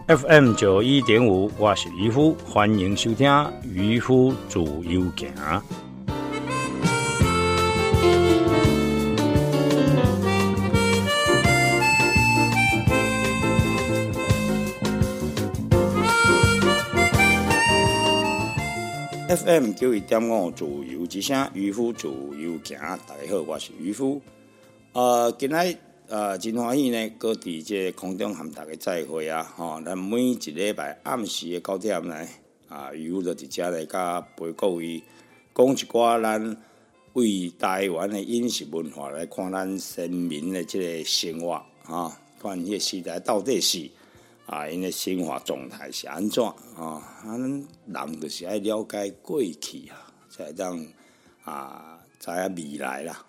FM91.5，我是渔夫，欢迎收听渔夫自由行。FM91.5自由之声，渔夫自由行。大家好，我是渔夫。今日真欢喜呢，搁伫这空中和大家再会啊！咱每一礼拜暗时的9点呢，渔夫就伫遮来甲陪各位讲一寡咱为台湾的饮食文化来看咱先民的这个生活看迄个时代到底是因的生活状态是安怎咱人就是爱了解过去才当知影未来啦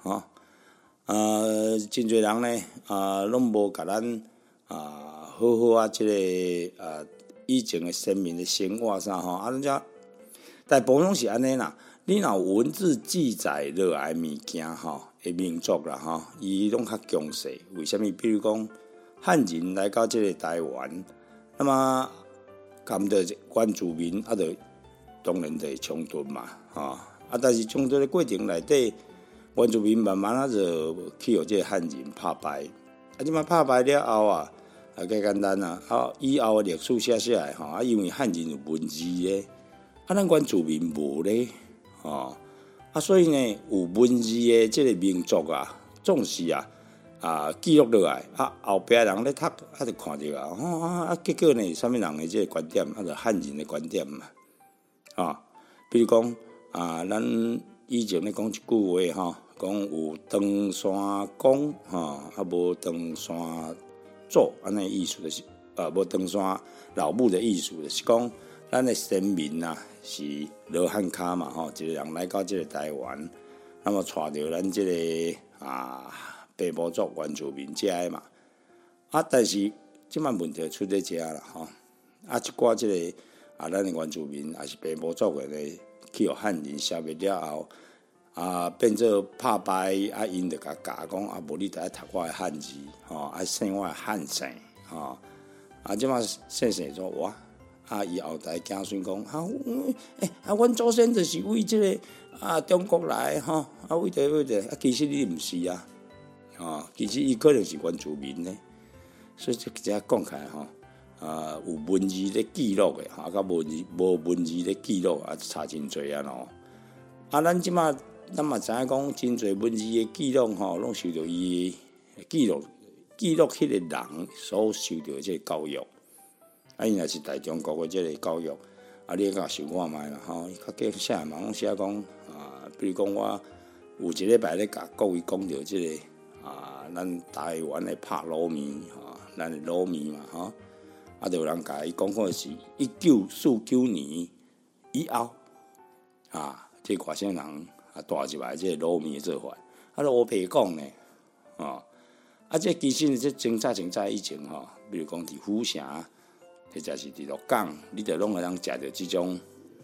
真侪人呢拢无甲咱好好这个以前的先民的生活啥人家大部分拢是安尼啦。你若有文字记载落来物件的民族啦伊拢较强势。为什么？比如讲汉人来到这个台湾，那么含着原住民就当然就会冲突嘛但是冲突的过程内底，原住民慢慢就去互这个汉人拍败，即摆拍败了后介简单以后的历史写下来因为汉人有文字咧，咱原住民无咧所以呢有文字的这个民族总是记录落来后壁人咧读就看到结果呢啥物人的这个观点就汉人的观点嘛比如讲咱以前咧讲一句话讲有登山公无登山祖安尼意思就是无登山老母的意思就是讲咱的先民是罗汉脚嘛一个人来到这个台湾，那么带着咱这个白毛族原住民遮的嘛但是即摆问题出在遮啦一寡这个咱的原住民也是白毛族的呢，去互汉人消灭了后变做拍败因就甲讲无你得爱读我的汉字爱姓我的汉姓即摆姓做我伊后代子孙讲阮祖先就是为这个中国来为着其实你毋是其实伊可能是原住民呢。所以这讲起来有文字咧记录的甲无文字咧记录差真多咱即马咱嘛知影讲真侪文字的记录拢受到伊记录迄个人所受到的这个教育伊若是大中国的这个教育你甲想看卖啦较计写嘛拢写讲比如讲我有一礼拜咧甲各位讲到这个咱台湾的拍卤面咱的卤面嘛就有人甲伊讲的是1949年以后这外省人带入来这个卤面的做法就乌白讲呢这其实这真早以前比如讲伫府城或者是伫鹿港，你就拢会通食到这种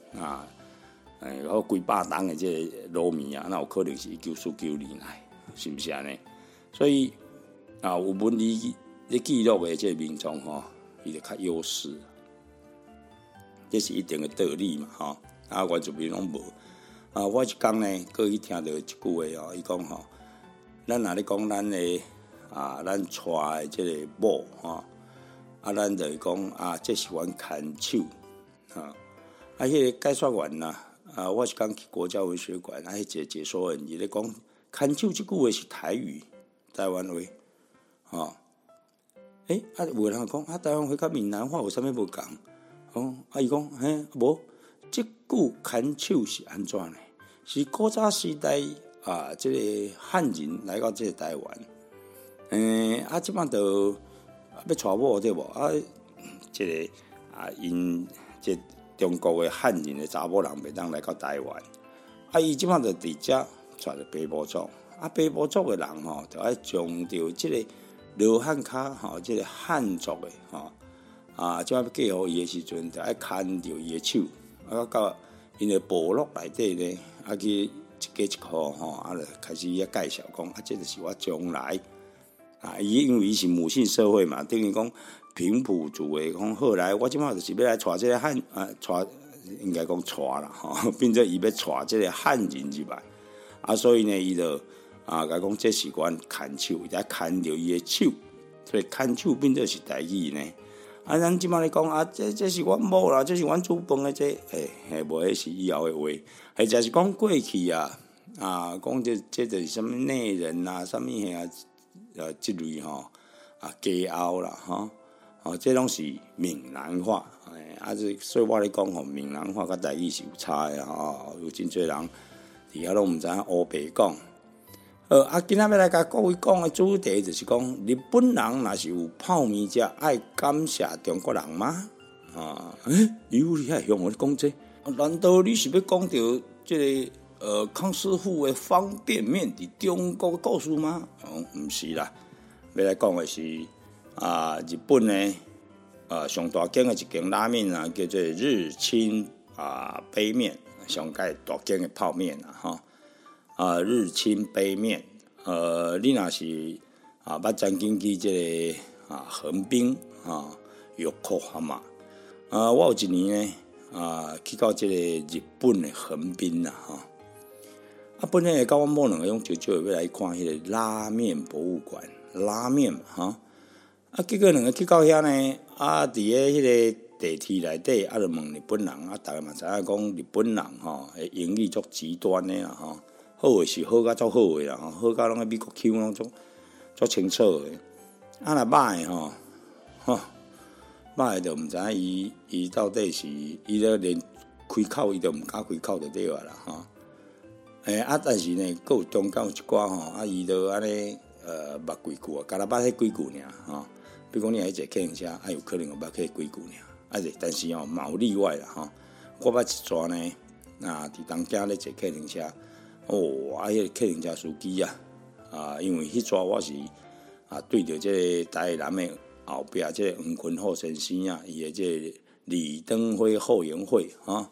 几百吨的这个卤面那有可能是1949年来，是不是安尼？所以有文字咧记录的这个民众伊就较优势，这是一定的道理嘛原住民拢无我一天呢，过去听到一句话伊讲咱若咧讲咱的咱带的这个某咱就讲这是阮牵手迄个解说员我是刚去国家文学馆迄个解说员伊咧讲牵手这句话是台语台湾话有人讲台湾话甲闽南话有啥物无共伊讲无这句牵手是安怎呢？是古早时代这个汉人来到这个台湾即摆就要娶某对无这个因这中国的汉人的查某人袂当来到台湾伊即摆就伫遮娶着白毛族白毛族的人就爱将着这个罗汉脚这个汉族的即摆要嫁互伊的时阵就爱牵着伊的手到因的部落内底呢去一家一户就开始介绍讲这就是我将来因为伊是母系社会嘛，等于讲平埔族的讲后来，我即摆就是要来带这个汉带，应该讲带啦吼，变做伊要带这个汉人入来，所以呢，伊就甲讲这是阮牵手，伊在牵着伊的手，所以牵手变做是台语呢。咱即摆咧讲这是阮某啦，这是阮祖辈的这，无迄是以后的话，就是讲过去讲这就是什么内人啊，什么这类家后啦这拢是闽南话，所以我咧讲闽南话甲台语是有差的有真侪人伫遐拢毋知影乌白讲。今仔要来甲各位讲的主题就是讲，日本人若是有泡面食，爱感谢中国人吗？有你遐向我讲这，难道你是要讲到这个康师傅的方便面伫中国的故事吗？毋是啦，要来讲的是日本呢上大间的一间拉面叫做日清杯面，上界大间的泡面日清杯面，你若是捌曾经去这个横滨Yokohama我有一年呢去到这个日本的横滨本来甲阮某两个用少少要来看迄个拉面博物馆，拉面嘛结果两个去到遐呢伫迄个地铁内底就问日本人大家嘛知影讲日本人英语足极端的啦好诶是好甲足好诶啦好甲拢个美国腔拢足清楚诶若歹诶歹就毋知影伊到底是伊咧连开口伊都毋敢开口就对啊啦但是呢佫有中间有一寡伊都安尼捌几句敢若捌迄几句尔比如讲你若坐客运车有可能有捌迄几句尔但是嘛有例外啦我捌一撮呢伫东京咧坐客运车迄个客运车司机因为迄撮我是对着这个台南的后壁这个黄坤后先生伊的这个李登辉后援会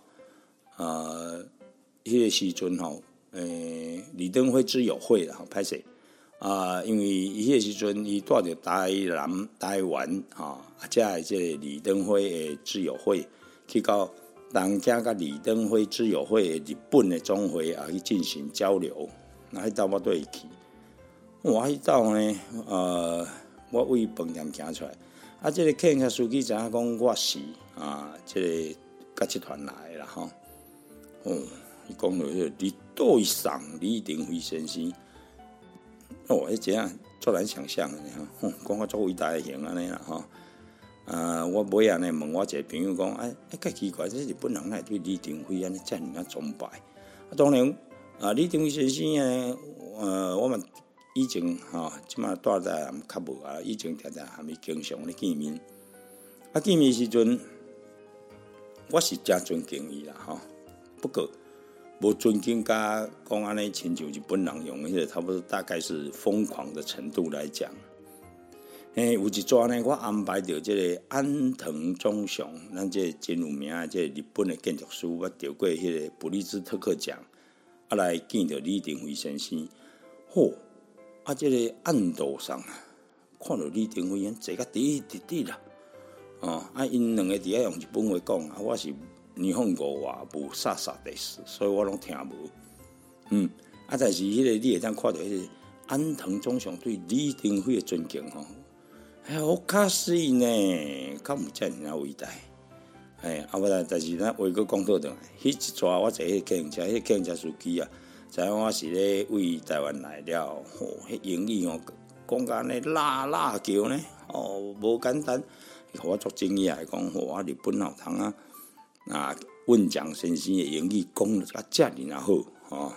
迄个时阵李登辉之友会啦歹势因为迄个时阵伊带着台湾才会这个李登辉的之友会去到东京甲李登辉之友会的日本的总会去进行交流，迄斗我对去，迄斗呢我为饭店行出来，这个客运车司机知影讲我是这个甲集团来的啦伊讲到迄个李队长李登辉先生，迄真啊足难想象的讲我足伟大的型安尼啦我尾仔呢问我一个朋友讲，介奇怪，这日本人哪会对李登辉安尼遮尔崇拜？当然李登辉先生呢，我们以前即马住在较无以前常常还没经常咧见面。见面时阵，我是真尊敬伊啦不过无尊敬甲讲安尼，亲像日本人用迄个差不多大概是疯狂的程度来讲。有一撮呢，我安排着这个安藤忠雄，咱这真有名的这日本的建筑师，我得过迄个普利兹特克奖，来见着李登辉先生。这个暗道上看到李登辉坐甲直啦，因两个伫遐用日本话讲，我是日本語話無啥的事，所以我拢聽無。但是迄个你會當看到迄個安藤忠雄對李登輝的尊敬好卡死呢，敢有遮爾偉大？但是咱話閣講倒轉來，迄一撮我坐迄個客運車，迄個客運車司機知影我是咧為台灣來了，迄英語講甲安尼啦叫呢，無簡單。我足驚訝講，日本有通溫江先生的英語講得遮爾好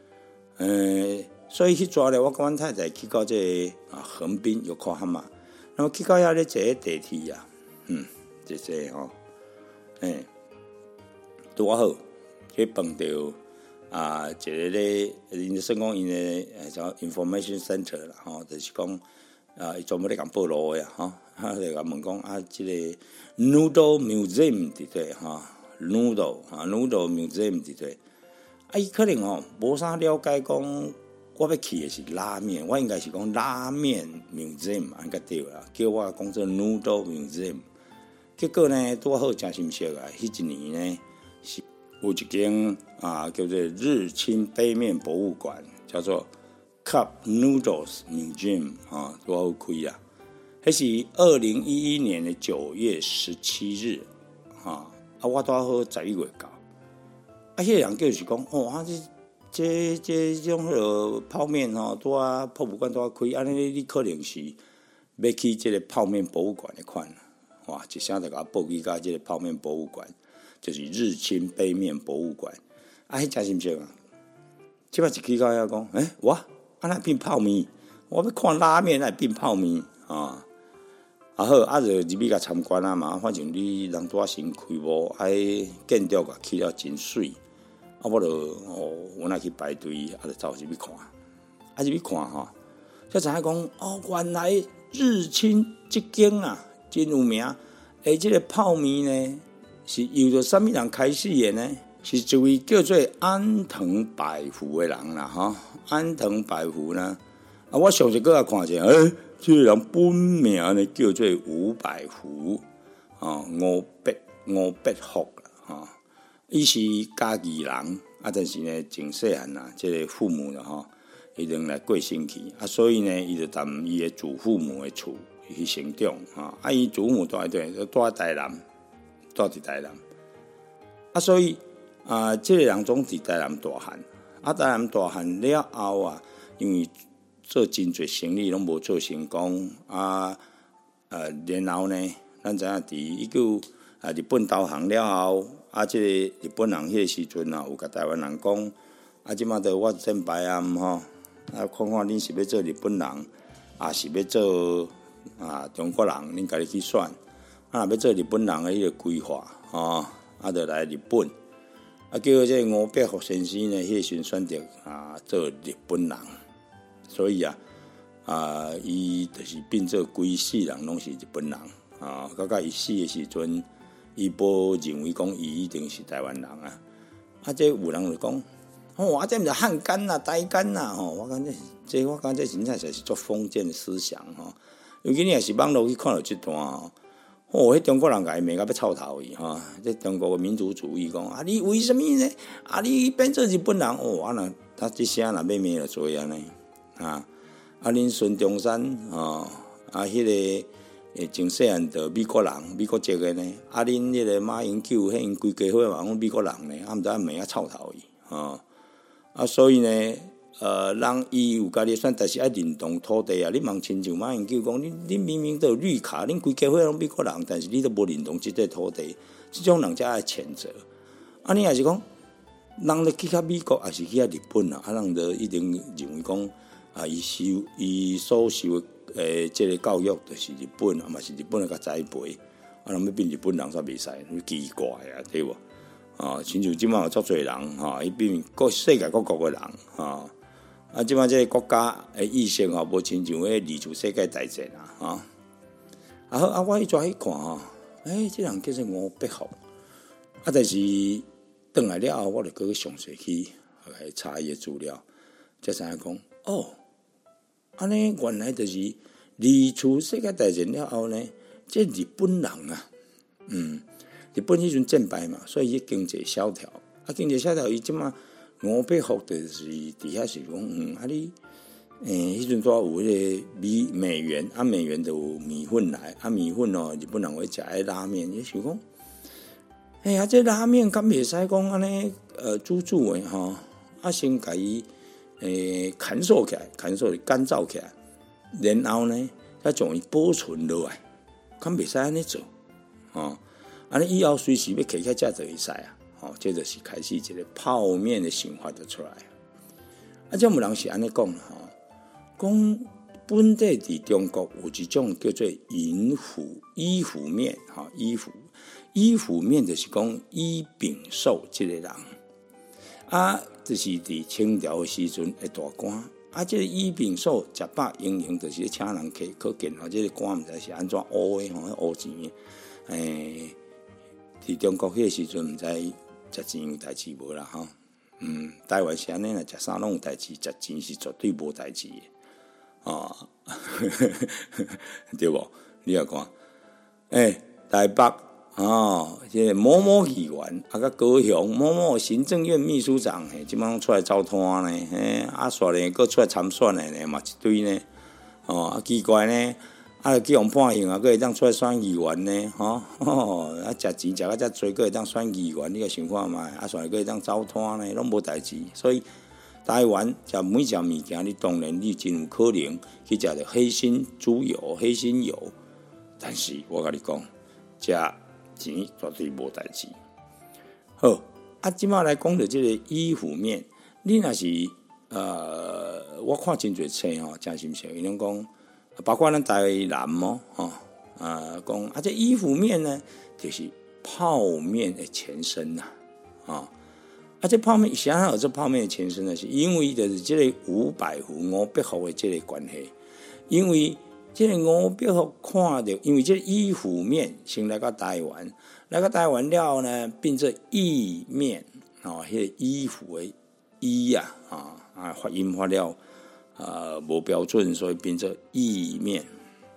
所以迄撮咧，我甲阮太太去到這個橫濱Yokohama，然後去到遐咧坐地鐵拄好去碰到一個咧，因算講因的叫 information center 啦就是講伊專門咧講報路的就甲問講即個 Noodle Museum 佇對Noodle Museum 佇對伊可能無啥了解講我要去的是拉面，我应该是讲拉面 museum 应该对啦，叫我讲做 noodle museum。结果呢，拄好真心惜啊！迄一年呢，是有一间叫做日清杯面博物馆，叫做 Cup Noodles Museum 拄好开啊。迄是2011年的9月17日我拄好11月到。迄个人就是讲这种泡面拄啊博物馆拄啊开，安尼你可能是要去这个泡面博物馆的款。哇！一声就甲我报去到这个泡面博物馆，就是日清杯面博物馆。迄真心惜啊！即摆一去到遐讲，哇！那变泡面，我要看拉面，那变泡面好，就入去甲参观嘛。反正你人拄啊新开幕，建筑啊起了真水，我就我那去排队，就走入去看。入去看才知影讲原来日清这间真有名，这个泡面呢是由着什么人开始的呢？是一位叫做安藤百福的人啦，安藤百福呢，我上一个看见，这个人本名呢叫做吴百福，吴百福啦，伊是嘉义人，但是呢，真细汉这个父母已经来过身去，所以呢，伊就踮伊的祖父母的厝去成长伊祖母住在台南，住伫台南，所以这个人总伫台南大汉，台南大汉了后因为做真侪生意拢无做成功然后呢，咱知影伫日本投降了后，这个日本人迄个时阵有甲台湾人讲，即马就我先排看看恁是要做日本人，是要做中国人，恁家己去选。若要做日本人的迄个规划，就来日本。结果这吴百福先生呢，迄个时选择做日本人，所以伊就是变做规世人拢是日本人到伊死的时阵，伊无认为讲伊一定是台湾人这有人就讲。这毋是汉奸台奸我感觉这真正是做封建的思想尤其你也是网络去看到这段迄中国人甲伊骂到要臭头去这中国的民族主义讲你为什么呢？你变做日本人那这声若要骂就做安尼恁孙中山迄个真细汉就美国人美国籍的呢恁迄个马英九迄因规家伙嘛美国人呢毋知骂臭头去所以呢，人伊有家己选，但是爱认同土地你茫亲像马英九讲，恁明明都有绿卡，恁规家伙拢美国人，但是你都无认同这块土地，这种人才爱谴责。你也是讲，人咧去到美国，还是去到日本人就一定认为讲伊所受这个教育就是日本嘛是日本的栽培，人要变日本人煞袂使，奇怪对无？亲像即马有足侪人伊变世界各国的人即马这个国家的意识无亲像二次世界大战好我去抓去看这人叫做吴百福但是转来了后，我就搁去详细去查伊的资料，才知影讲安尼原来就是二次世界大战了后呢，这日本人日本迄阵战败嘛，所以经济萧条经济萧条伊即马吴百福就是伫遐是讲你迄阵多有迄个美元美元就有米粉来米粉日本人会食迄拉面，伊想讲这拉面敢袂使讲安尼煮的先甲伊干燥起来，干燥起来，然后呢再将伊保存落来，敢袂使安尼做安尼以后随时要起起食就会使这就是开始一个泡面的想法就出来这有人是安尼讲讲本地伫中国有一种叫做伊府面伊府面就是讲伊秉寿这个人就是伫清朝的时阵的大官这个伊秉寿食饱盈盈，就是请人可见这个官毋知是安怎乌的乌钱伫中国迄个时阵毋知食钱有代志无啦台湾是安尼啦，食啥拢有代志，食钱是绝对无代志的对无？你也看，台北这个某某议员甲高雄某某行政院秘书长，即摆拢出来走摊呢，煞呢，佫出来参选的呢，嘛一堆呢，奇怪呢。去用判刑佫会当出来选议员呢，食钱食到遮多，佫会当选议员，你个想看觅，煞佫会当走摊呢，拢无代志。所以台湾食每一样物件，你当然你真有可能去食着黑心猪油、黑心油，但是我甲你讲，食钱绝对无代志。好，即摆来讲着即个衣服面，你若是我看真侪册真心实，伊拢讲。包括咱台南讲这衣服面呢，就是泡面的前身这泡面啥有这泡面的前身呢？是因为就是这个五百户五百户的这个关系，因为这个五百户看到，因为这个衣服面先来到台湾，了呢，变做意面迄个衣服的衣发音发了。无标准，所以变成意面。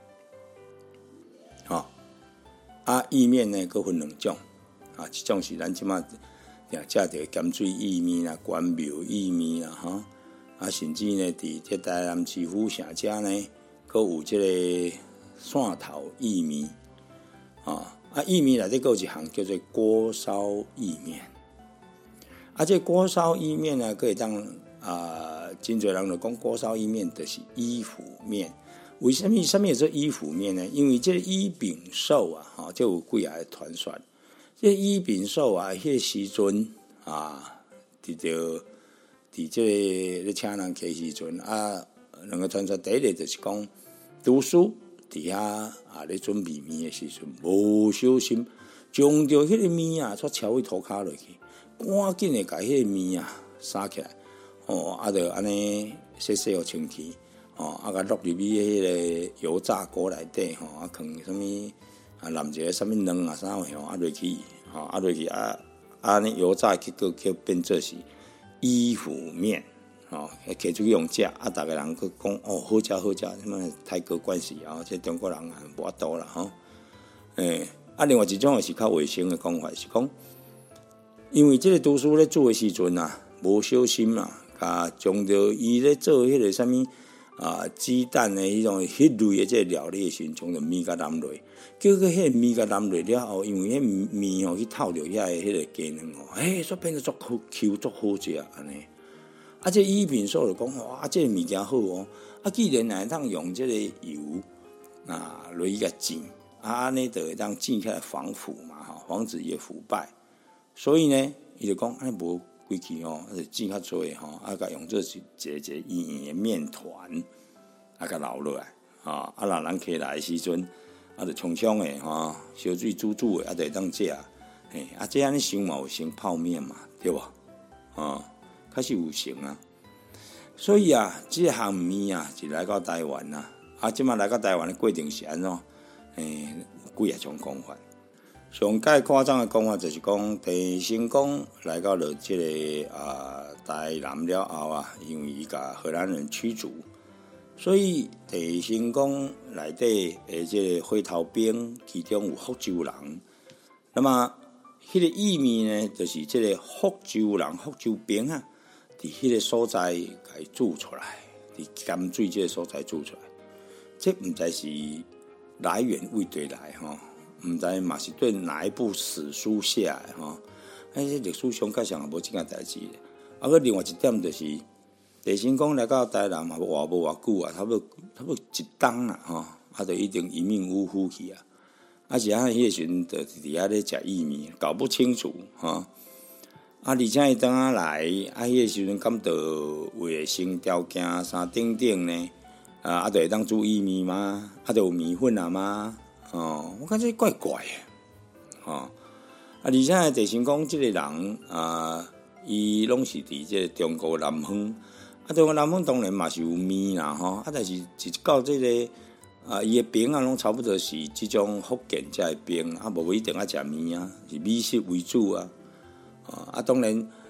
意面呢，佫分两种。一种是咱即马定食着咸水意面啦、关庙意面啦，甚至呢，伫这台南市府城遮呢，佫有这个汕头意面。意面内底佫有一项叫做锅烧意面。这锅烧意面呢，佫会当真侪人就讲锅烧意面就是衣服面，为什么有这衣服面呢？因为这个伊秉寿就有几个传说。这个伊秉寿迄个时阵伫这个咧请人客时阵两个传说，第一个就是讲读书伫遐咧准备面的时阵，无小心将着迄个面煞超位涂骹落去，赶紧的甲迄个面撒起来。就安尼洗互清气，甲落入去迄个油炸锅内底，放什么淋一个什么卵啥货落去，安尼油炸结果叫变做是衣服面，摕出去用食，大家人佫讲好食好食，什么泰国关系这中国人无法度啦另外一种是较卫生的讲法是讲，因为这个读书咧做的时阵无小心将着伊咧做迄个什么鸡蛋的迄种迄类的这个料理的时阵，将着面甲淋落，结果迄个面甲淋落了后，因为迄面去透着遐迄个鸡卵所变得足好 Q 足好食安尼。这伊秉寿就讲哇，这个物件好既然会当用这个油落去甲煎，安尼就会当煎起来防腐嘛防止伊腐败。所以呢，伊就讲安尼无。规气煎较多甲用做一个圆圆的面团，甲留落来若人客来的时阵，就冲冲的烧水煮煮的，就会当食这安尼想嘛有成泡面嘛，对无确实有成所以这项面是来到台湾即马来到台湾的过程是安怎？有几种讲法。上界夸张的讲法就是讲，陈成功来到了这个台南了后因为伊甲荷兰人驱逐，所以陈成功内底的这个火头兵其中有福州人，那么迄个意面呢，就是这个福州人、福州兵伫迄个所在给煮出来，伫咸水这个所在煮出来，这毋知是来源为对来毋知嘛是对哪一部史书写的历史上介上也无这件代志。另外一点就是，陈成功来到台南无偌久差不多一冬啦就已经一命呜呼去是迄个时阵就伫遐咧食意面，搞不清楚而且伊当来迄个时阵敢就卫生条件啥等等呢就会当煮意面吗？就有面粉吗？我感觉怪怪的而且陈成功这个人伊拢是伫这个中国南方中国南方当然嘛是有面啦但是到这个伊的兵拢差不多是这种福建这的兵无一定食面是米食为主当然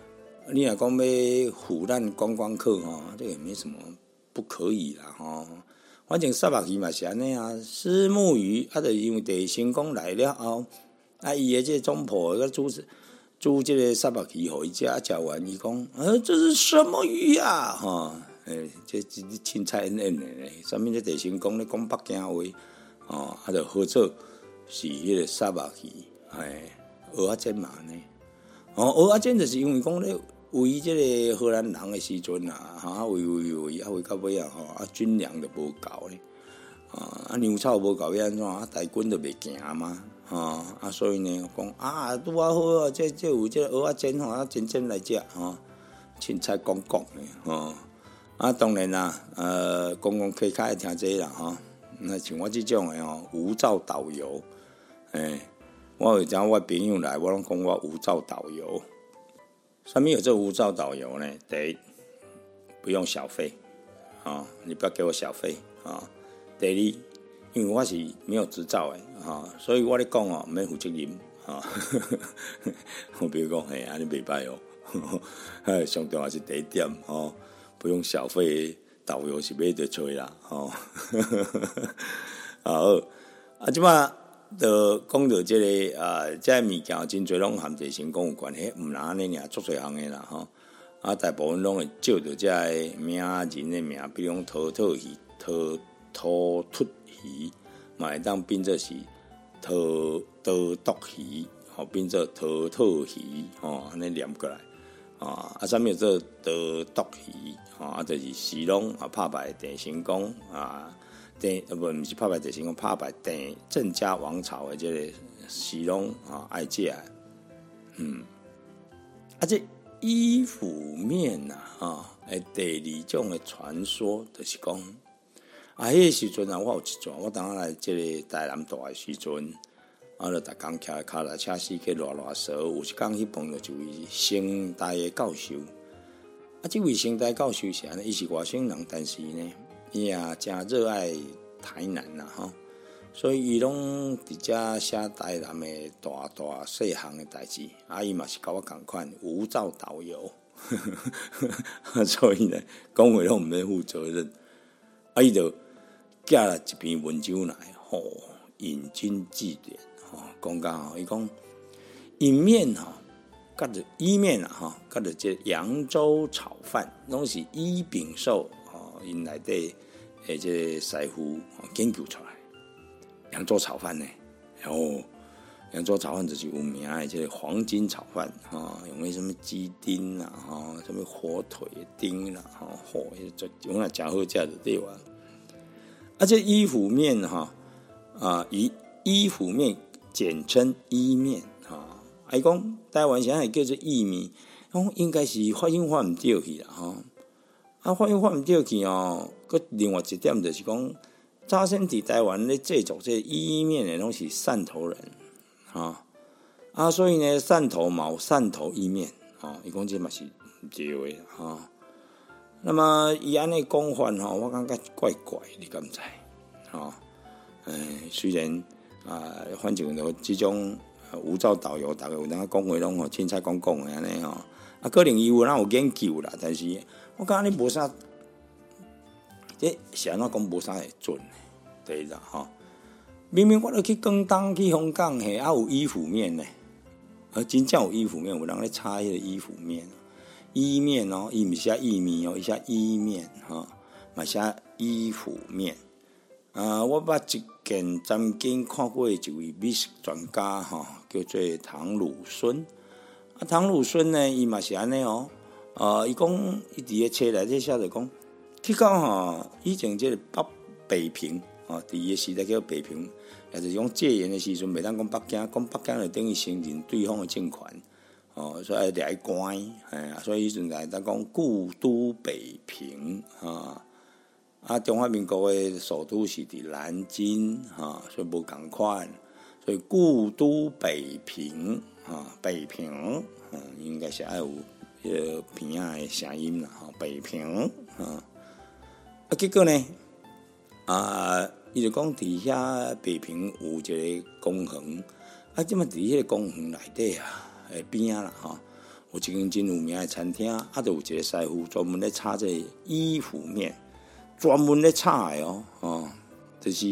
你若讲要唬咱观光客吼，这个也没什么不可以啦吼。反正沙巴鱼嘛是安尼啊，虱目鱼啊，就因为地成功来了后，啊，伊个这总铺个煮这个沙巴鱼互伊食，食完伊讲，这是什么鱼呀？吼，这凊彩演演的咧，啥物这地成功咧讲北京话，啊，就好做是迄个沙巴鱼，蚵仔煎嘛呢。蚵仔煎就是因为讲咧喂即个荷兰人的时阵啊，喂到尾啊，军粮就无够咧，粮草无够要安怎大军就袂行嘛，所以呢讲拄好啊，这有这蚵仔煎吼，煎来食凊彩讲的当然啦，公客会听这啦那像我这种的无照导游，我有阵我朋友来，我拢讲我无照导游。什么有这无照导游呢？第一，不用小费你不要给我小费第二，因为我是没有执照的所以我咧讲免负责任我比如讲安尼袂歹上重要是第一点不用小费的导游是买得吹啦即摆就讲到这个这物件真侪拢含地成功有关系，毋然安尼尔足侪项的啦大部分拢会照着这个名人的名，比如讲土突鱼，嘛会当变做是土毒鱼，变做土兔鱼安尼念过来啥物做土毒鱼就是时拢拍败地成功不是拍败地成功，拍败郑家王朝的这个时拢爱食这衣服面第二种的传说就是讲迄个时阵我有一转，我当来这个台南大的时阵就逐工徛脚踏车驶去拉趖，有一天去碰到一位清大的教授这位清大教授是安尼，伊是外省人，但是呢伊也真热爱台南所以伊拢伫遮写台南的大细项的代志伊嘛是甲我同款无照导游所以呢讲话拢毋免负责任伊就寄了一篇文章来引经据典讲到伊讲饮面甲着伊面甲着这扬州炒饭拢是伊秉寿因内底的这个师傅研究出来。扬州炒饭呢扬州炒饭就是有名的这个黄金炒饭用那什么鸡丁什么火腿丁啦用那真好吃的对吧这伊府面伊府面简称伊面伊讲台湾现在叫做伊面应该是发音发唔对去啦发音发唔对去佮另外一点就是讲早先伫台湾咧制作这伊面的拢是汕头人所以呢汕头嘛有汕头伊面伊讲这嘛是唔对的那么伊安尼讲法我感觉怪怪，你敢知虽然反正就这种无照导游，大家有当讲话拢凊彩讲的安尼可能伊有哪有研究啦，但是我感觉你无啥，这是安怎讲无啥会准的，对啦明明我都去广东去香港有伊府面呢，真正有伊府面，有人咧炒迄个伊府面，伊面伊毋是写伊面伊写伊面嘛写伊府面我捌一件曾经看过一位美食专家叫做唐鲁孙唐鲁孙呢伊嘛是安尼伊讲伊伫个册内底写着讲去到以前这个北平伫个时代叫北平，也就是讲戒严的时阵，袂当讲北京，讲北京就等于承认对方的政权所以掠去关所以迄阵来当讲故都北平中华民国的首都是伫南京所以无同款，所以故都北平北平应该是要有迄个平的声音啦北平结果呢伊就讲伫遐北平有一个公园即嘛伫迄个公园内底边啦有一间真有名的餐厅，就有一个师傅专门咧炒这个伊府面，专门咧炒的就是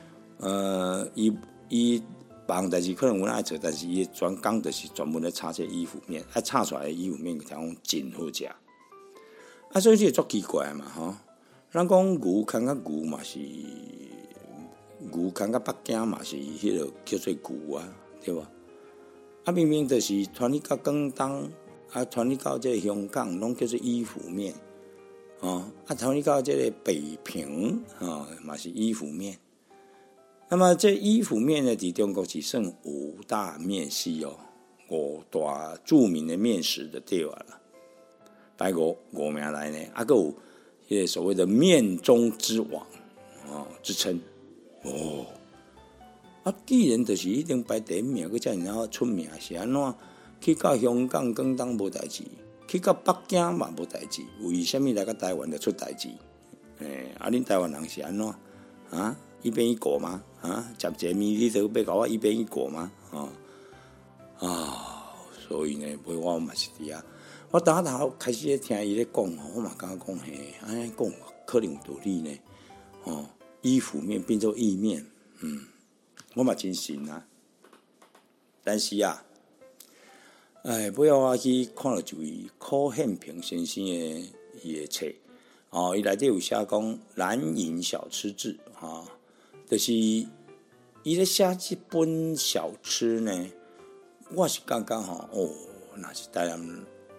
伊忙代志可能有爱做，但是伊专工就是专门咧炒这个伊府面，炒出来的伊府面听讲真好食。所以这足奇怪嘛咱讲牛牵甲牛嘛是牛牵甲北京嘛是迄个叫做牛对吧？明明就是传去到广东，传去到这个香港，拢叫做伊府面传去到这个北平嘛是伊府面。那么这伊府面呢，在中国是算五大面系五大著名的面食的对了。排五名来呢，还有迄个所谓的面中之王之称既然就是一定排第一名，佮遮尔出名，是安怎？去到香港、广东无代志，去到北京嘛无代志，为什么来到台湾就出代志？恁台湾人是安怎一边一国吗？食一个面你都要甲我一边一国吗？所以呢，我嘛是伫我头开始咧听伊咧讲，我嘛感觉讲安尼讲可能有道理呢。伊府面变做意面，我嘛真信但是尾我去看了一位柯宪平先生的伊的册，伊内底有写讲蓝银小吃志就是伊咧写这本小吃呢，我是感觉那是台南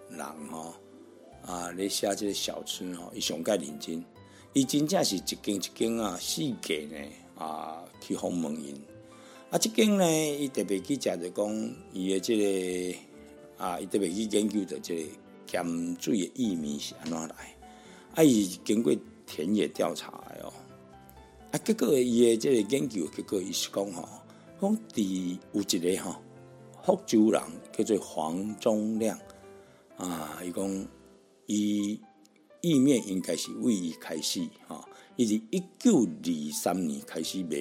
人咧写这个小吃伊上介认真，伊真正是一间一间四界呢去访问因。这间呢，伊特别去食着讲伊的这个伊特别去研究着这个咸水的薏米是安怎来，伊经过田野调查的结果伊的这个研究结果，伊是讲讲伫有一个福州人叫做黄宗亮伊讲伊意面应该是为伊开始伊是1923年开始卖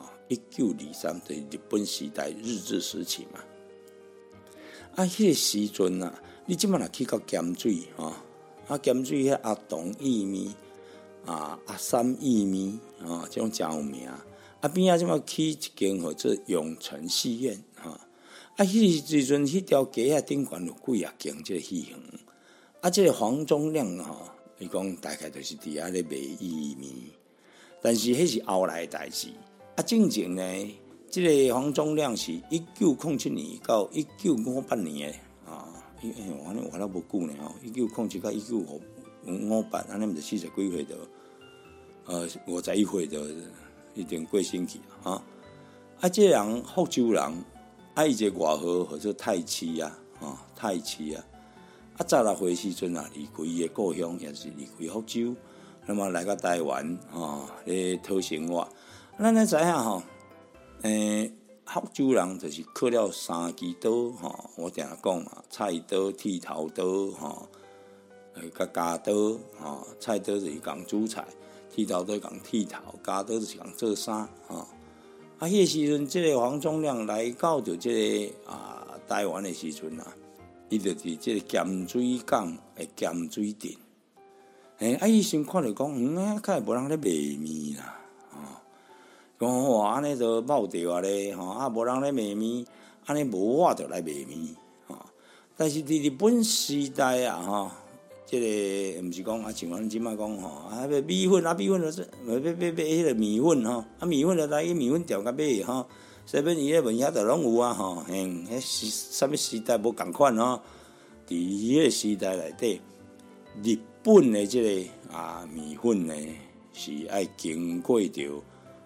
1923就是日本时代日治时期嘛。迄个时阵你即摆若去到咸水咸水迄阿童薏米阿三薏米这种真有名边即摆起一间叫做永城戏院迄个时阵迄条街顶悬有几间这个戏院这个黄宗亮伊讲大概就是伫遐咧卖薏米，但是迄是后来的代志正经呢，这个黄宗亮是1907年到1958年的我那无久呢1907到1958，安尼毋是40几岁就51岁就一定过身去这个人福州人伊一个外号叫做太七太七16岁时阵离开伊的故乡，也是离开福州，那么来到台湾咧讨生活。咱咧知影福州人就是靠了三支刀我定讲嘛，菜刀、剃头刀甲家刀菜刀就是讲煮菜，剃头刀讲剃头，家刀就是讲做衫迄个时阵，这个黄宗亮来到着这个台湾的时阵伊就伫这个咸水港的咸水镇伊先看着讲较无人咧卖面啦讲安尼就冒掉咧无人咧卖面，安尼无我就来卖面但是伫日本时代这个毋是讲像阮即摆讲米粉米粉就是买迄个米粉米粉就来去米粉店甲买7-11遐就拢有迄啥物时代无共款伫迄个时代内底，日本的这个米粉呢是爱经过着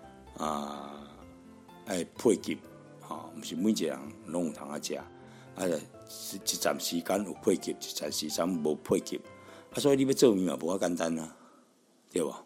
爱配给毋是每一个人拢有通食一站时间有配给，一站时间无配给所以你要做面嘛无遐简单对无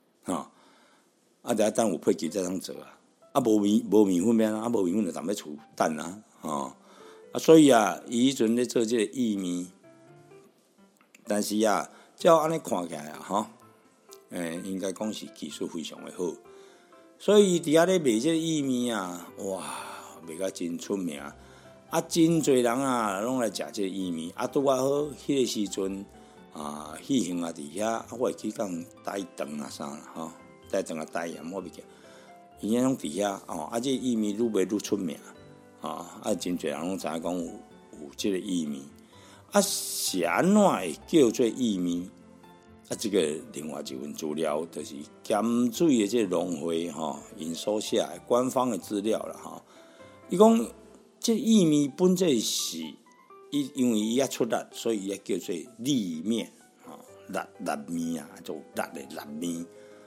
得等有配给才通做无面粉免无面粉就踮咧厝等所以伊迄阵咧做这个薏米，但是照安尼看起来应该讲是技术非常的好，所以伊伫遐咧卖这个薏米哇，卖甲真出名啊，真侪人啊，拢来食这个薏米，啊，拄啊好，迄个时阵啊，喜庆啊，伫遐，我会去讲台灯啊啥啦，吼，台灯啊台盐，我袂记，伊遐拢伫遐哦，啊，这薏米愈卖愈出名，啊，真侪人拢知影讲有这个薏米，啊，是安怎会叫做薏米？啊，这个另外一份资料就是咸水的这个农会哈，因所写的官方的资料啦哈。伊讲这薏米本质是因为伊遐出力，所以伊遐叫做粒面哈，粒面啊，做力的粒面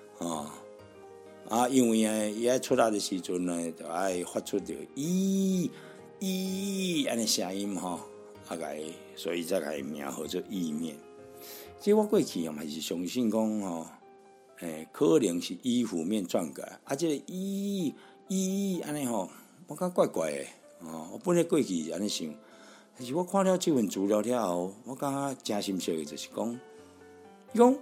啊，因为啊伊遐出力的时阵呢，就爱发出着咦安尼声音哈，啊个，所以才个名号做薏面。即我过去嘛是相信讲吼，可能是衣服面转过来，啊，这个安尼吼，我感觉怪怪的哦。我本来过去是安尼想，但是我看了这份资料了后，我感觉真深刻的，就是讲，伊讲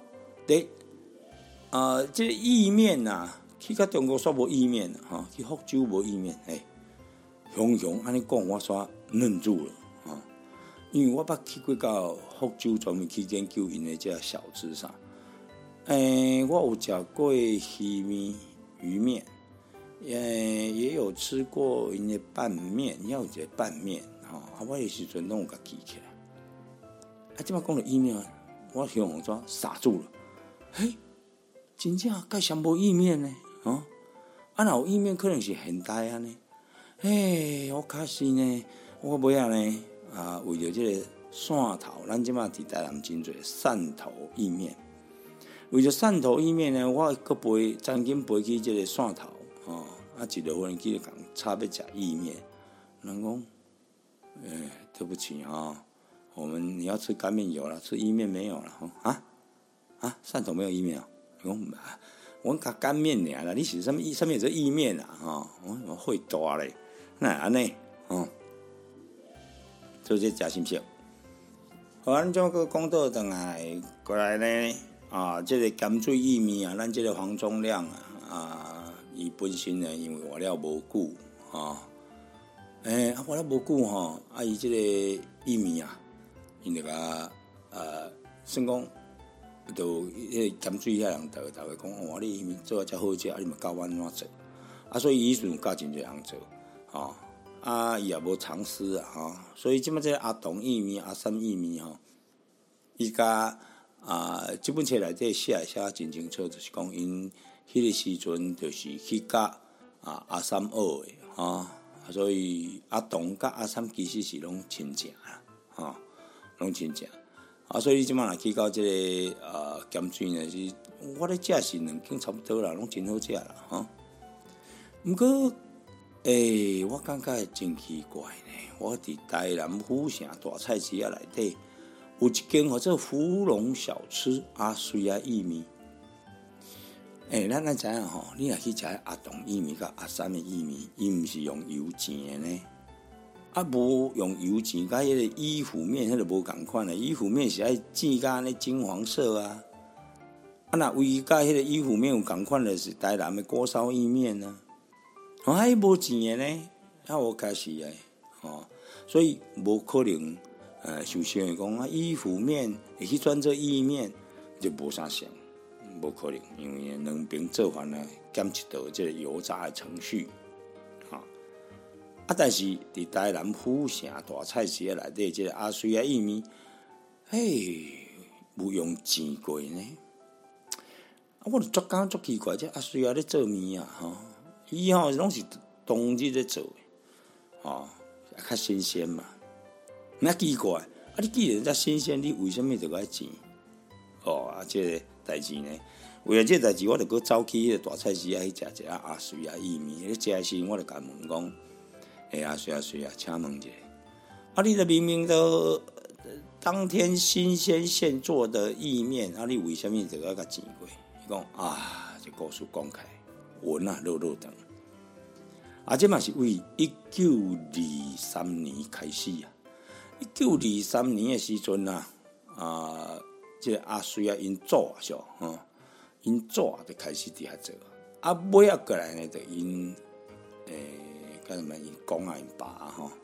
这个意面呐，去到中国煞无意面哈，去福州无意面，雄安尼讲，我煞愣住了。因为我捌去过到福州，专门去研究因的这小吃啥。我有吃过鱼面、鱼面，也有吃过因的拌面，也有一个拌面，我的时阵拢有甲记起来。即摆讲到意面，我向红抓傻住了。真正介绍无意面呢？若有意面，可能是现代安尼。我可惜呢，我尾仔呢。为了这个汕头，咱即马伫台南真侪汕头意面。为了汕头意面呢，我搁曾经飞去这个汕头，一个飞机讲差要食意面，人讲，对不起你要吃干面有了，吃意面没有了汕头没有意面我讲干面尔啦，你是上面有这意面我会大咧，那安尼所以这真深刻。好，咱怎个讲倒转来过来呢？这个咸水薏米啊，咱这个黄宗亮伊本身呢，因为活了无久活了无久伊这个薏米啊，因那个算讲，就迄个咸水遐人大家讲，你薏米做遮好食，你嘛教我安怎做？所以伊阵教真侪人做伊也无藏私所以即摆这个阿童薏米、阿三薏米伊甲这本册内底写真清楚，就是讲因迄个时阵就是去甲阿三学的所以阿童甲阿三其实是拢亲戚啦拢亲戚所以即摆若去到这个咸水呢，是我咧食是两间差不多啦，拢真好食啦毋过我感觉真奇怪呢。我伫台南府城大菜市仔内底有一间叫做芙蓉小吃阿水啊薏米。咱知影你若去食阿童薏米甲阿三的薏米，伊毋是用油煎的呢，无用油煎，甲迄个伊府面迄个无共款的。伊府面是爱煎甲那金黄色若唯一甲迄个伊府面有共款的是台南的锅烧意面伊无钱的呢，我开始所以无可能首先讲意府面会去转做意面，就无啥像，无可能，因为两边做法呢减一道这个油炸的程序但是伫台南府城大菜市仔内底这个阿水啊意面，有用煎过呢。我就足奇怪，这阿水啊咧做面伊拢是当日咧做的较新鲜嘛。那奇怪，你既然遮新鲜，你为什么就爱煎？这个代志呢？为了这个代志，我就搁走去迄个大菜市仔去食一下阿水啊意面。咧食时，我就甲问讲。阿水啊，请问一下，你的明明都当天新鲜现做的意面，你为什么就要甲煎过？伊讲这故事讲开，文落长。这嘛是为1923年开始1923年的时阵这个阿水啊，因祖就开始伫遐做。尾过来呢，就因。因公因爸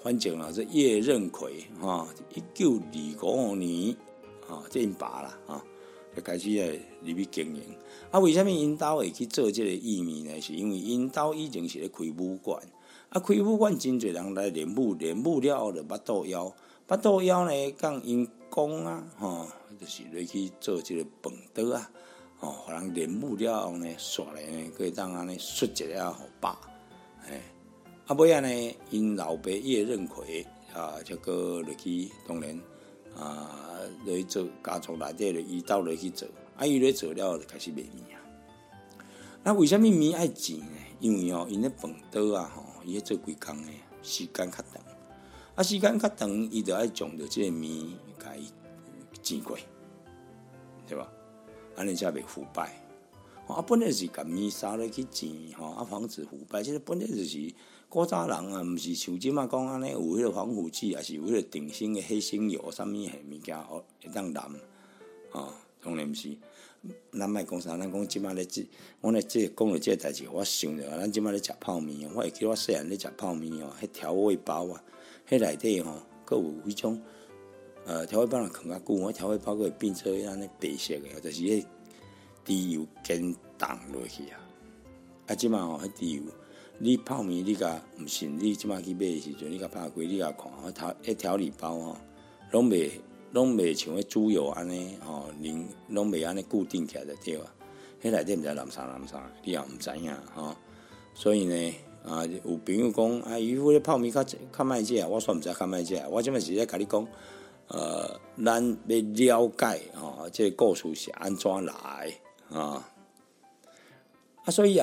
反正啊，这叶任奎1925年这因爸啦就开始入去经营。为什么因兜会去做这个薏米呢？是因为因兜以前是咧开武馆，开武馆真侪人来练武，练武了后就腹肚枵，腹肚枵呢，讲因公就是来去做这个饭桌互人练武了后呢，煞来呢，可以当安尼述一下互饱，尾仔呢，因老爸叶任奎这个落去，当然落去做家族内底，伊兜落去做，伊咧做了就开始卖米那为什么米爱钱呢？因为因咧饭桌伊咧做规工的时间较长，时间较长，伊就爱将着这个米甲伊钱过，对吧？安尼才袂腐败。本来是甲米撒落去钱防止腐败。这个本来就是古早人毋是像即马讲安尼有迄个防腐剂，也是有迄个定性的黑星油，啥物迄物件会当染当然毋是。咱莫讲啥，咱讲即马咧我咧讲到这个代志，我想着咱即马咧食泡面，我会记得我细汉咧食泡面迄调味包迄内底佫有迄种调味包若放较久，迄调味包佫会变做安尼白色的，就是迄猪油煎冻落去即马迄猪油，你泡面你甲毋信，你即马去买的时阵，你甲拍开，你甲看迄调理包拢袂像迄猪油安尼拢袂安尼固定起来就对啊。迄内底毋知蓝啥，你也毋知影所以呢有朋友讲伊迄个泡面较歹食，我煞毋知较歹食。我即摆是咧甲你讲，咱要了解这个故事是安怎来所以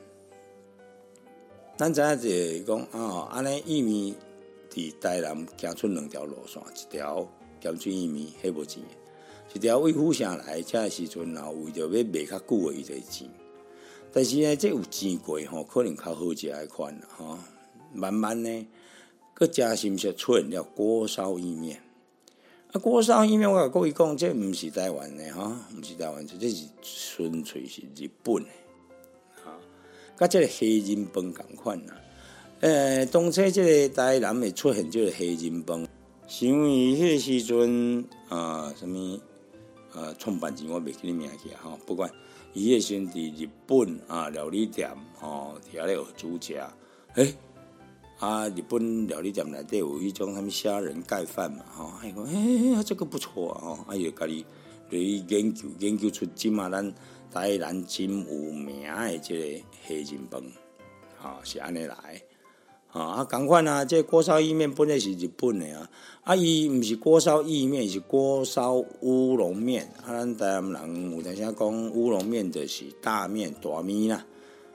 咱知影就是讲安尼薏米伫台南行出两条路线，一条咸水薏米迄无钱，一条为府城来遮时阵，然后为着要卖较久的伊就钱。但是呢，这有钱过可能较好食的款慢慢呢，佫加新式出现了锅烧意面。锅烧意面我甲各位讲，这毋是台湾的毋是台湾，这是纯粹是日本的甲这个黑人饭同款当初这个台南会出现这个黑人饭，是因为迄个时阵什么创办人我袂记得名起不管伊迄个先伫日本料理店伫遐咧学煮食，日本料理店内底有迄种什么虾仁盖饭嘛伊讲这个不错伊就家己来研究出即马咱台南真有名的这个黑人饭是安尼来同款这锅烧意面本来是日本的伊毋是锅烧意面，是锅烧乌龙面咱台南人有当时讲乌龙面就是大面大面啦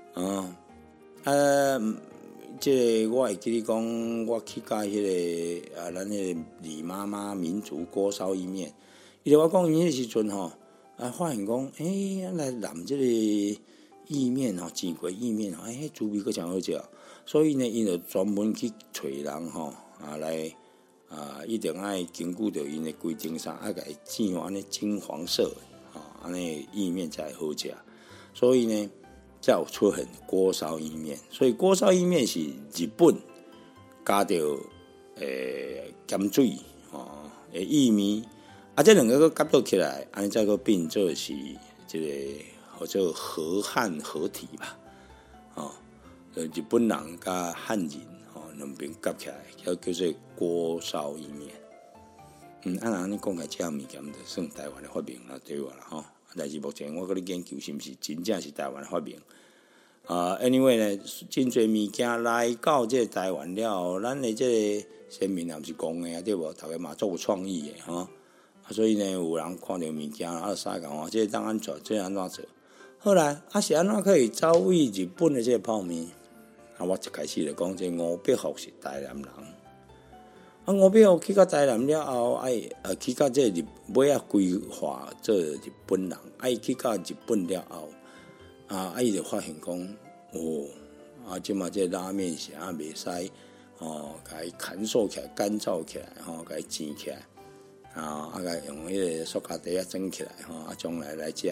这个我会记你讲，我去到迄个咱迄个李妈妈民族锅烧意面，伊就我讲伊迄时阵发现讲来染这个意面煎过意面滋味佫真好食，所以呢，伊就专门去找人来一定爱根据着因的规定上，甲伊煎安尼金黄色安尼意面才好食，所以呢，才有出现锅烧意面。所以锅烧意面是日本加着咸水意面这两个佮合起来，安尼才个变做是这个或者和汉合体吧日本人甲汉人两边夹起来，叫做锅烧意面。安尼讲起来，这物件就算台湾的发明啦，对我啦但是目前我搁咧研究是毋是真正是台湾的发明anyway 呢，真侪物件来到这台湾了后，咱的这个先民也毋是讲的对无？大家嘛足有创意的所以呢，有人看到物件啥讲这当安怎，这安怎做？后来是安怎可以遭遇日本的这个泡面？我一开始就讲，这吴伯福是台南人。吴伯福去到台南了后，去到这尾规划做日本人，伊去到日本了后，伊就发现讲，即马这拉面是袂使甲伊砍塑起来、干燥起来，甲伊煎起来，甲用迄个塑胶袋装起来，将来食，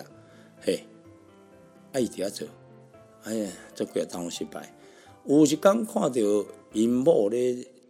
伊伫遐做，做几当失败。有一天看到因某咧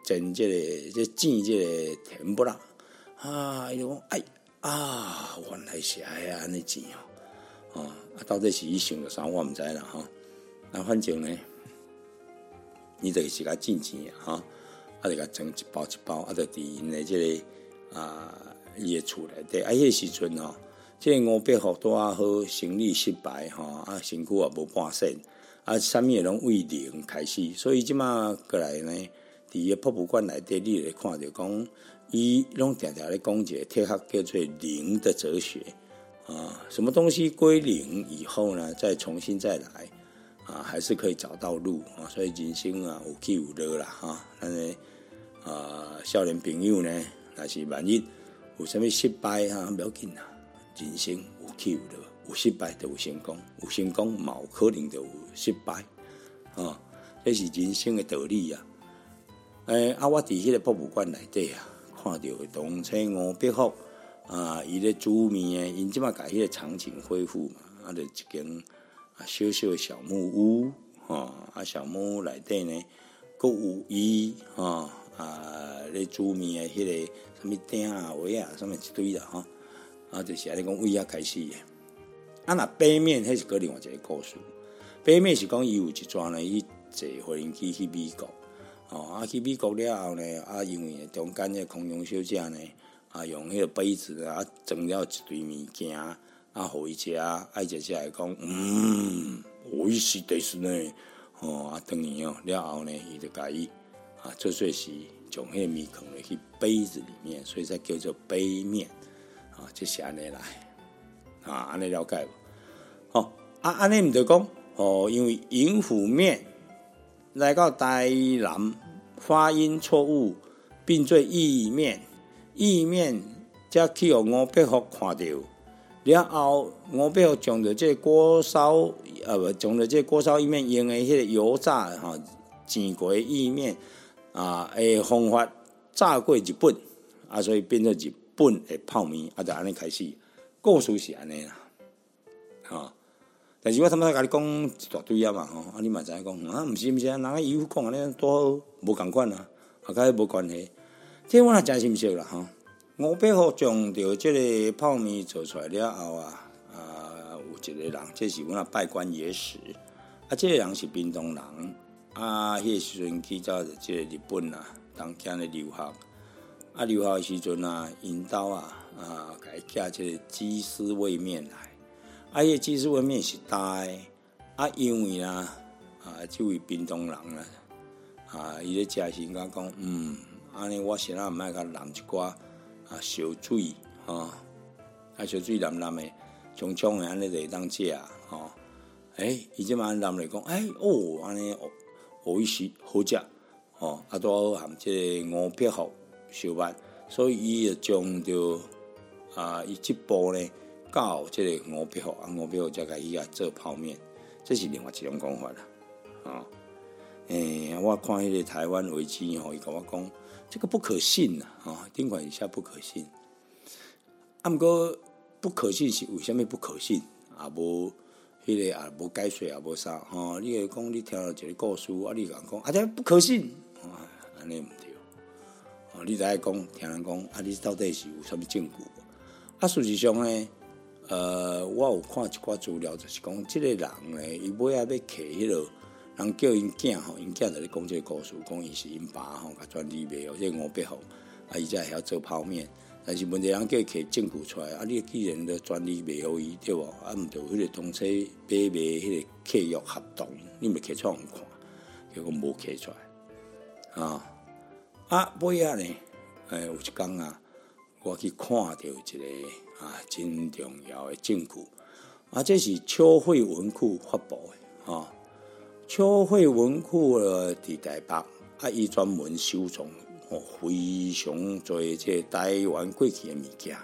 煎这煎这个甜不啦，伊就讲原来是安尼煎到底是伊想着啥我毋知啦那反正呢，你就是甲进钱就甲装一包一包，就伫因的这个伊的厝内底迄个时阵这个吴伯虎拄好生理失败身躯也无半身啥物拢为零开始，所以即马过来呢，伫个博物馆内底，你会看到讲，伊拢常常咧讲一个贴学叫做零的哲学什么东西归零以后呢，再重新再来还是可以找到路所以人生有起有落啦咱的少年朋友呢，若是万一有啥物失败不要紧啦，人生有起有落。有失败就有成功，有成功嘛有可能就有失败这是人生的道理我伫迄个博物馆内底看到当初吴伯虎伊咧煮面因即马甲迄个场景恢复嘛就一间小小的小木屋小木屋内底呢，佫有伊咧煮面的迄个什物鼎碗什物一堆啦就是安尼讲位开始的。若北面迄是个另外一个故事。北面是讲伊有一桩呢，伊坐飞行机去美国，去美国了后呢，因为中间个空中小姐呢，用迄个杯子装了一堆物件，互伊食，伊食来讲，美味しいです呢，当然了后呢，伊就甲伊做做是将迄个米放入去杯子里面，所以才叫做杯面，就是安尼来。安尼了解无？安尼毋着讲因为迎府面来到台南发音错误，并做意面，才去互吴伯虎看到。了后，吴伯虎将着这锅烧将着这锅烧意面用的迄个油炸煎过的意面的方法炸过日本所以变做日本的泡面就安尼开始。故事是安尼啦，但是我他妈甲你讲一大堆嘛你嘛知影讲毋是人家姨父讲安尼多好，无共款甲迄无关系。这我也真心熟啦吴伯虎将着这个泡面做出来了后有一个人，这是阮拜官野史这个人是屏东人迄个时阵去到这个日本当今的留学留学的时阵因兜甲伊寄这个鸡丝味面来迄个鸡丝味面是搭的因为这位屏东人伊咧食时甲讲安尼我先毋爱甲淋一寡烧水烧水淋淋的冲冲的安尼就会当食伊即马淋来讲安尼有意思好食拄好含这个吴伯虎相捌，所以伊就将着伊即步呢到这个吴伯虎吴伯虎才甲伊做泡面，这是另外一种讲法啦我看迄个台湾维基伊甲我讲这个不可信顶管以下不可信不过不可信是为什么不可信无迄个无解说无啥你会讲你听到一个故事你讲这不可信安尼毋对你知影讲听人讲你到底是有啥物证据事实上呢我有看一寡资料，就是讲这个人呢伊尾仔要摕迄落人叫因囝因囝就咧讲这个故事，讲伊是因爸甲专利卖这个吴伯虎伊才会晓做泡面，但是问题人叫伊摕证据出来你既然咧专利卖互伊对无毋着迄个当初买卖迄个契约合同你咪摕出来看，结果无摕出来尾仔呢有一天我去看到一个真重要的证据这是秋惠文库发布的秋惠文库伫台北伊专门收藏非常多这台湾过去的物件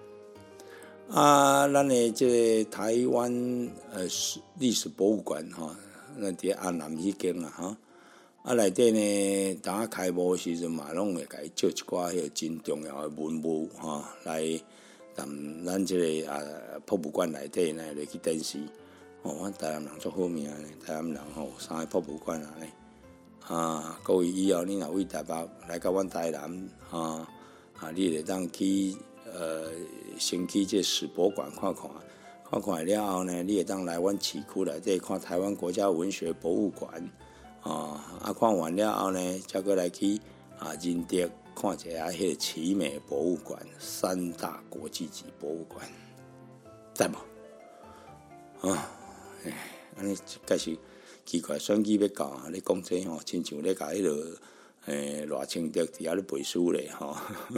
咱的这个台湾历史博物馆那伫安南迄间内底呢，当开幕的时阵嘛，拢会甲伊借一寡迄个真重要的文物来咱这个博物馆内底呢来去展示。阮台南人足好命的，台南人3个博物馆各位以后你若为台北来到阮台南你会当去先去这史博馆看看。看看了后呢，你会当来阮市区内底看台湾国家文学博物馆看完了后呢，再过来去仁德看一下迄个奇美博物馆，3大国际级博物馆，赞无？安尼开始奇怪，选举要到你讲这亲像咧甲迄落赖清德伫遐咧背书咧吼。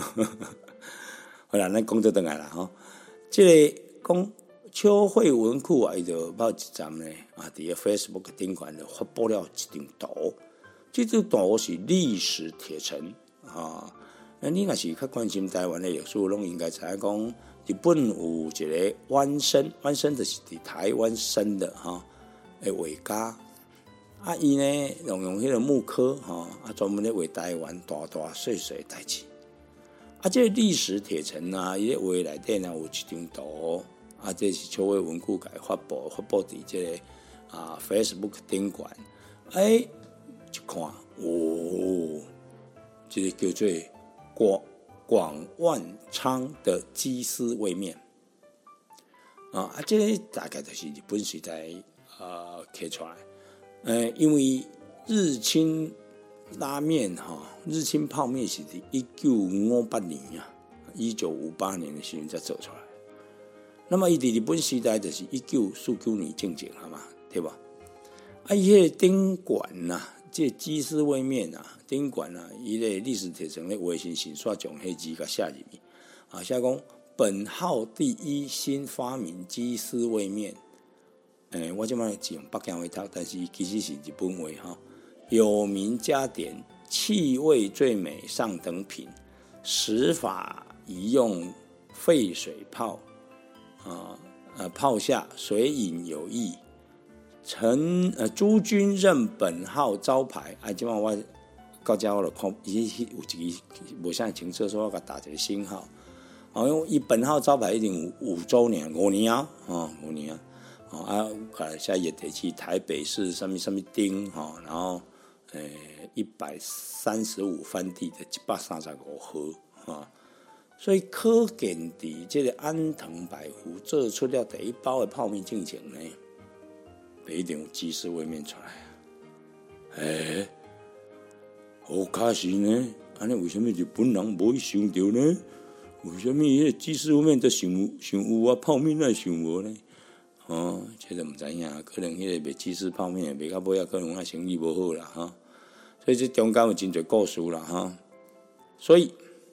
好啦，咱讲倒转来啦即个讲。秋惠文库伊就某一站呢伫个 Facebook 顶管就发布了一张图，这张图是历史铁城你若是较关心台湾的历史，拢应该知影讲日本有一个湾生就是伫台湾生的的画家伊呢用迄个木刻专门咧画台湾大大小小的代志这个历史铁城伊咧画内底有一张图。这是秋惠文库改发布伫这个Facebook 顶管，一看这个叫做广万昌的鸡丝味面这个大概就是日本时代刻出来，因为日清拉面日清泡面是伫1958年1958年的时候才做出来。那么伊伫日本时代就是1949年正好嘛，对吧？伊迄个顶管这鸡丝味面顶管伊个历史铁城咧画成神煞将迄字甲写入去写讲本号第一新发明鸡丝味面。我即摆是用北京话读，但是其实是日本话有名加点，气味最美上等品，食法宜用沸水泡。泡下水饮有益，诸君认本号招牌。即摆我到这我就看，有一个无啥清楚，所以我甲打一个星号。因为伊本号招牌一定有5周年，5年5年写热地区台北市什么町然后135番地的135号所以可见伫这个安藤百福做出了第一包的泡面进前呢，一定有鸡丝味面出来好可惜呢，安尼为什么日本人无去想到呢？为什么迄个鸡丝味面都想有泡面哪想无呢？这都唔知影，可能迄个卖鸡丝泡面卖到尾可能生意无好啦所以这中间有真侪故事啦所以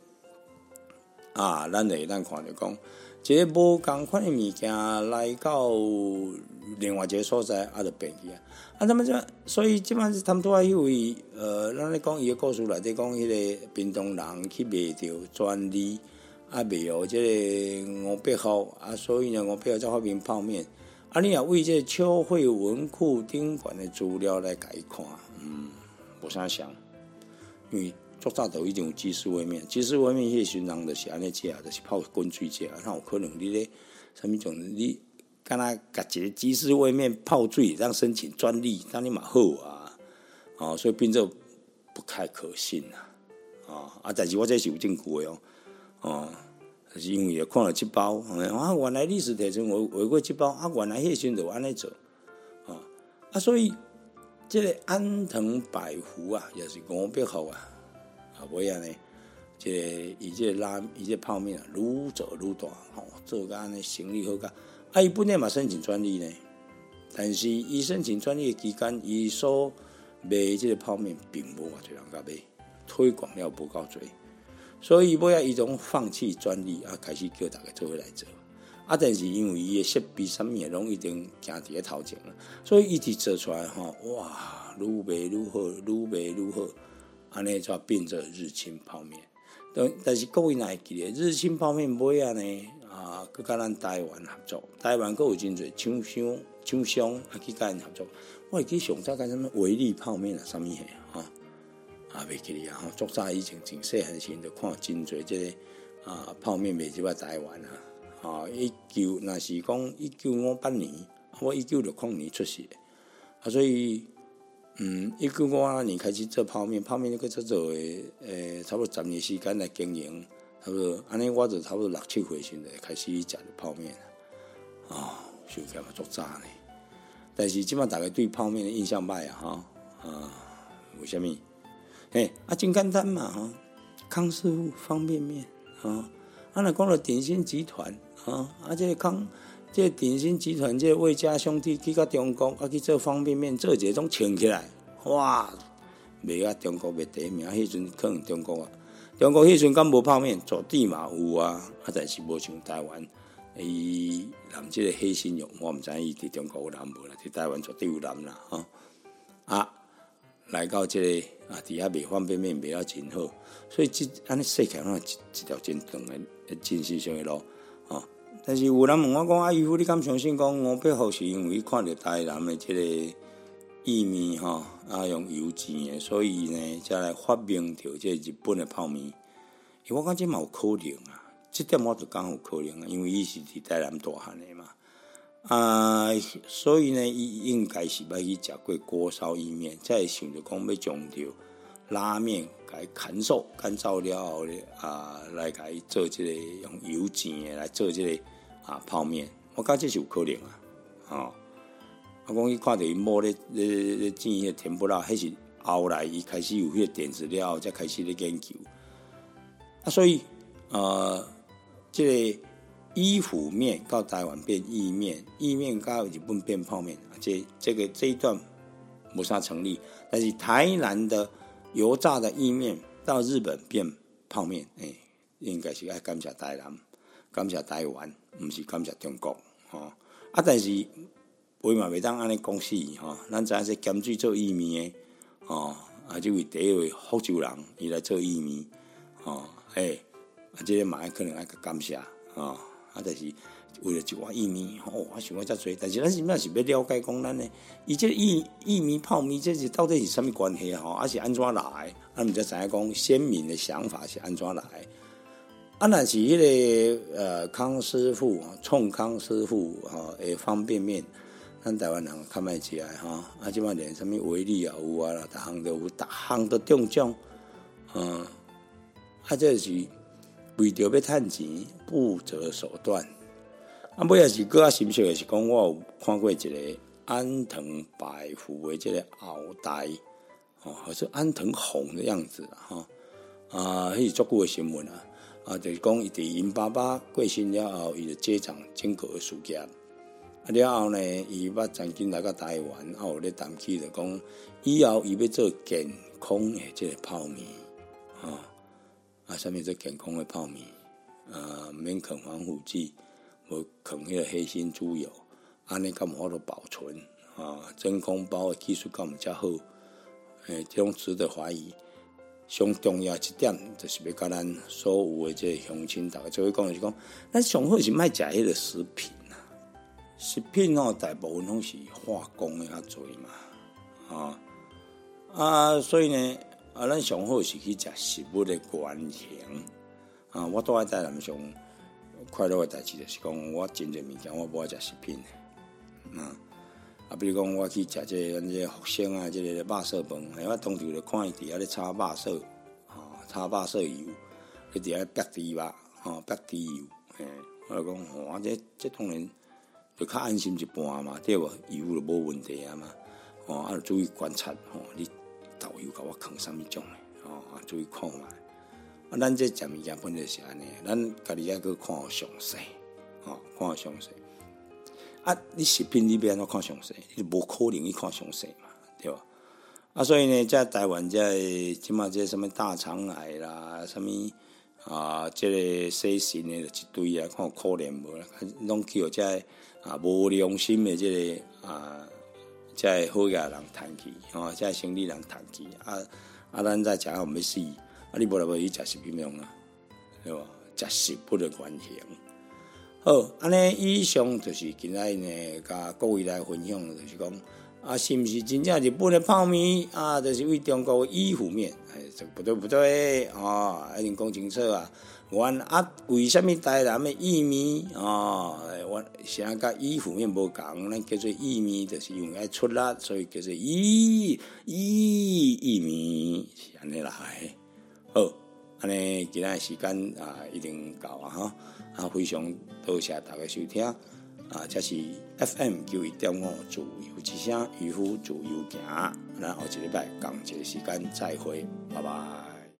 咱就会当看到讲，一个无共款的物件来到另外一个所在，就变去那么所以即摆他们拄仔迄位咱咧讲伊个故事内底讲，迄个屏东人去卖着专利，卖互即个吴伯虎所以呢吴伯虎才发明泡面。你若为这秋惠文库顶管的资料来甲伊看，无啥像，因为。足早就已经有鸡丝味面，鸡丝味面迄个时人就是安尼食，就是泡滚水食，哪有可能你咧什么种你敢若甲一个鸡丝味面泡水，让申请专利，当你嘛好所以变做不太可信但是我这是有证据的就是因为看了这包原来历史铁城画过这包原来迄个时阵就安尼做所以这个安藤百福也是吴伯虎尾呢，伊这个泡面愈做愈大做甲安尼生意好甲伊本来嘛申请专利呢，但是伊申请专利的期间，伊所卖这个泡面并无偌侪人甲买，推广了无够多，所以尾伊种放弃专利开始叫大家做伙来做但是因为伊的设备什么拢一定行伫咧头前了，所以伊直做出来哇，愈卖愈好，愈卖愈好。安尼才变做日清泡面，但是各位若会记得，日清泡面尾呢佮甲咱台湾合作，台湾佮有真侪厂商去甲因合作。我会记上早甲什么维力泡面什么袂记哩足早以前真细汉时就看真侪这个泡面卖入台湾若是讲1958年，我1960年出世所以伊跟我你开始做泡面，泡面那个做的，差不多10年时间来经营，差不多安尼我就差不多6、7岁时就开始食泡面了，想起来嘛足早呢。但是即摆大家对泡面的印象歹为什么？真简单嘛，康师傅方便面若讲到鼎新集团这个鼎新集团这个魏家兄弟去到中国去做方便面，做一个种请起来，哇，卖啊中国卖第一名。迄阵可能中国迄阵敢无泡面，绝对嘛有但是无像台湾。伊人即个黑心肉，我毋知伊伫中国有人无啦，伫台湾绝对有人啦来到即个伫遐卖方便面卖了真好，所以安尼说起来一条真长的真实性的路但是有人问我讲，姨夫你敢相信讲吴伯虎是因为看到台南的即个薏米用油煎的，所以呢才来发明着即日本的泡面？我感觉嘛有可能这点我就讲有可能因为伊是伫台南大汉的嘛所以呢，伊应该是要去食过锅烧意面，才会想着讲要将着拉面甲伊砍燥了后来甲伊做即个用油煎的来做即个泡面，我感觉这是有可能讲伊看到伊某咧煎迄个甜不辣，迄是后来伊开始有迄个点子了后，才开始咧研究所以这个伊府面到台湾变意面，意面到日本变泡面，这一段没啥成立。但是台南的油炸的意面到日本变泡面，应该是要感谢台南，感谢台湾，不是感谢中国但是话嘛袂当安尼讲死咱知影说咸水做意面的这位第一位福州人，伊来做意面这个嘛可能要感谢但是为了一碗意面我想遮多，但是咱是要了解讲咱的伊这意面泡面这是到底是什么关系是安怎来的？毋才知影讲先民的想法是安怎来的若是迄个康师傅创康师傅的方便面，咱台湾人较歹食的即摆连什么维力也有啦，逐项都有，逐项都中奖这是为着要趁钱不择手段尾也是更深刻的是讲，我有看过一个安藤百福的这个后代好像安藤红的样子迄是足久的新闻就是讲伊伫因爸爸过身了后，伊就接掌整个的事业了后呢，伊捌曾经来到台湾有咧谈起就讲以后伊要做健康的这个泡面什么做健康的泡面免放防腐剂，无放迄个黑心猪油，安尼敢有法度保存真空包的技术敢有遮好？这种值得怀疑。上重要一点，就是要甲咱所有的这乡亲大家做伙讲，就是讲，咱上好是莫食迄个食品食品大部分拢是化工的较侪嘛所以呢咱上好是去食食物的原型我住在台南上快乐的代志就是讲，我真侪物件我无爱食食品比如讲我去食咱这福星这个肉色饭我当时就看伊伫遐咧炒肉色炒肉色油伊伫遐煸猪肉煸猪油我就讲这当然就较安心一半嘛，对无油就无问题嘛就注意观察你豆油甲我放啥物种的注意看嘛咱这食物件本来是安尼，咱家己还去看详细看详细你食品你要安怎看详细？你无可能去看详细嘛，对吧？所以呢，在台湾即马这什么大肠癌啦，什么这个洗肾的一堆看可怜无啦，拢去互这无良心的这个这好野人趁去这生理人趁去咱再食互要死你无来要去食食品用对吧？食食物的原型。好，安尼以上就是今仔呢，甲各位来分享，就是讲是毋是真正日本的泡面就是为中国的伊府面？这不对，一定讲清楚为什么台南的薏米啥甲伊负面无共，咱叫做薏米，就是因为爱出力，所以叫做薏米是安尼来的。好，安尼今仔时间已经到啊非常多谢大家收听这是 FM 91.5自由之声，渔夫自由行，咱后一礼拜同一个时间再会，拜拜。